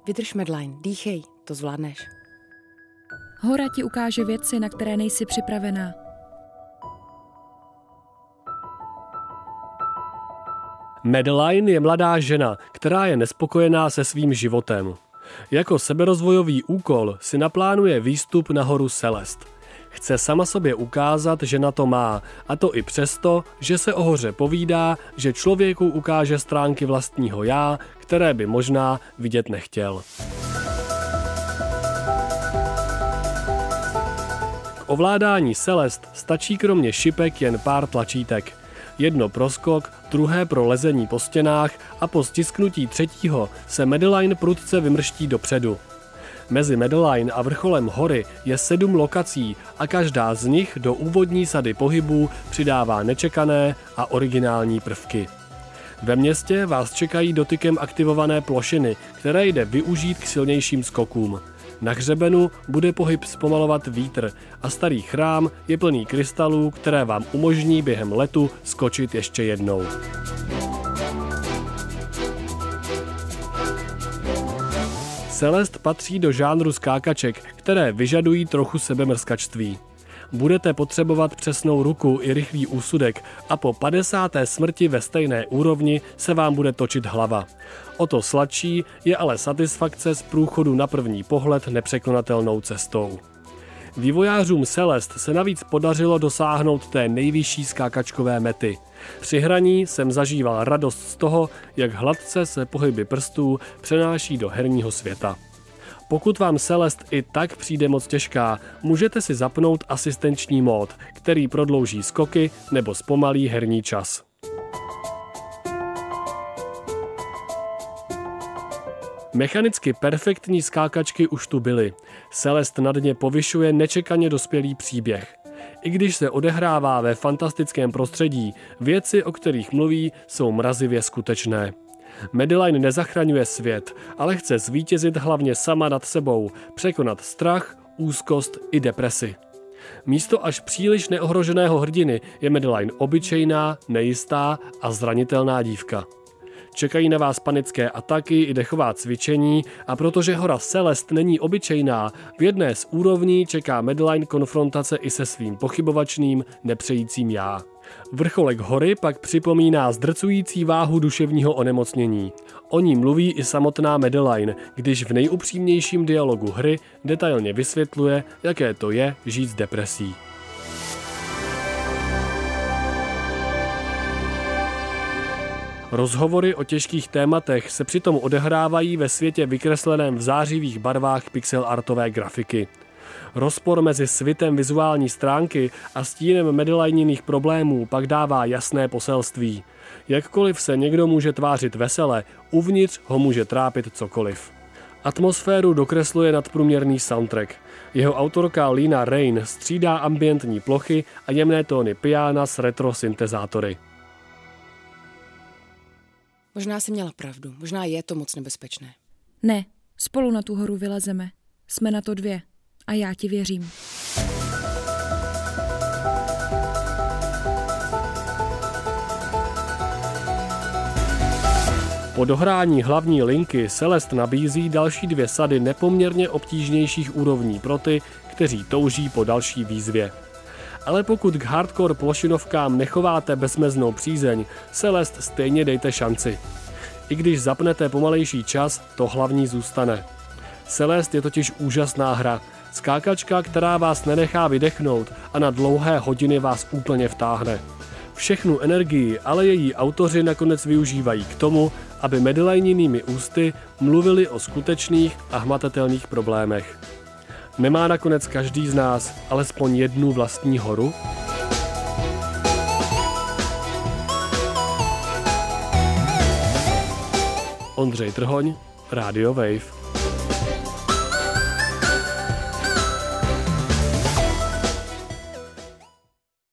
Vydrž, Madeline, dýchej, to zvládneš. Hora ti ukáže věci, na které nejsi připravená. Madeline je mladá žena, která je nespokojená se svým životem. Jako seberozvojový úkol si naplánuje výstup na horu Celeste. Chce sama sobě ukázat, že na to má, a to i přesto, že se o hoře povídá, že člověku ukáže stránky vlastního já, které by možná vidět nechtěl. K ovládání Celeste stačí kromě šipek jen pár tlačítek. Jedno pro skok, druhé pro lezení po stěnách a po stisknutí třetího se Madeline prudce vymrští dopředu. Mezi Madeline a vrcholem hory je 7 lokací a každá z nich do úvodní sady pohybů přidává nečekané a originální prvky. Ve městě vás čekají dotykem aktivované plošiny, které jde využít k silnějším skokům. Na hřebenu bude pohyb zpomalovat vítr a starý chrám je plný krystalů, které vám umožní během letu skočit ještě jednou. Celeste patří do žánru skákaček, které vyžadují trochu sebemrskačství. Budete potřebovat přesnou ruku i rychlý úsudek a po 50. smrti ve stejné úrovni se vám bude točit hlava. O to sladší je ale satisfakce z průchodu na první pohled nepřekonatelnou cestou. Vývojářům Celeste se navíc podařilo dosáhnout té nejvyšší skákačkové mety. Při hraní jsem zažíval radost z toho, jak hladce se pohyby prstů přenáší do herního světa. Pokud vám Celeste i tak přijde moc těžká, můžete si zapnout asistenční mód, který prodlouží skoky nebo zpomalí herní čas. Mechanicky perfektní skákačky už tu byly. Celeste nad ně povyšuje nečekaně dospělý příběh. I když se odehrává ve fantastickém prostředí, věci, o kterých mluví, jsou mrazivě skutečné. Madeline nezachraňuje svět, ale chce zvítězit hlavně sama nad sebou, překonat strach, úzkost i depresi. Místo až příliš neohroženého hrdiny je Madeline obyčejná, nejistá a zranitelná dívka. Čekají na vás panické ataky i dechová cvičení a protože hora Celeste není obyčejná, v jedné z úrovní čeká Madeline konfrontace i se svým pochybovačným, nepřejícím já. Vrcholek hory pak připomíná zdrcující váhu duševního onemocnění. O ní mluví i samotná Madeline, když v nejupřímnějším dialogu hry detailně vysvětluje, jaké to je žít s depresí. Rozhovory o těžkých tématech se přitom odehrávají ve světě vykresleném v zářivých barvách pixel artové grafiky. Rozpor mezi svitem vizuální stránky a stínem Madelininých problémů pak dává jasné poselství. Jakkoliv se někdo může tvářit vesele, uvnitř ho může trápit cokoliv. Atmosféru dokresluje nadprůměrný soundtrack. Jeho autorka Lena Raine střídá ambientní plochy a jemné tóny piana s retro syntezátory. Možná jsi měla pravdu, možná je to moc nebezpečné. Ne, spolu na tu horu vylezeme. Jsme na to 2 a já ti věřím. Po dohrání hlavní linky Celeste nabízí další 2 sady nepoměrně obtížnějších úrovní pro ty, kteří touží po další výzvě. Ale pokud k hardcore plošinovkám nechováte bezmeznou přízeň, Celeste stejně dejte šanci. I když zapnete pomalejší čas, to hlavní zůstane. Celeste je totiž úžasná hra. Skákačka, která vás nenechá vydechnout a na dlouhé hodiny vás úplně vtáhne. Všechnu energii ale její autoři nakonec využívají k tomu, aby Madelinínými ústy mluvili o skutečných a hmatatelných problémech. Nemá nakonec každý z nás alespoň jednu vlastní horu? Ondřej Trhoň, Radio Wave.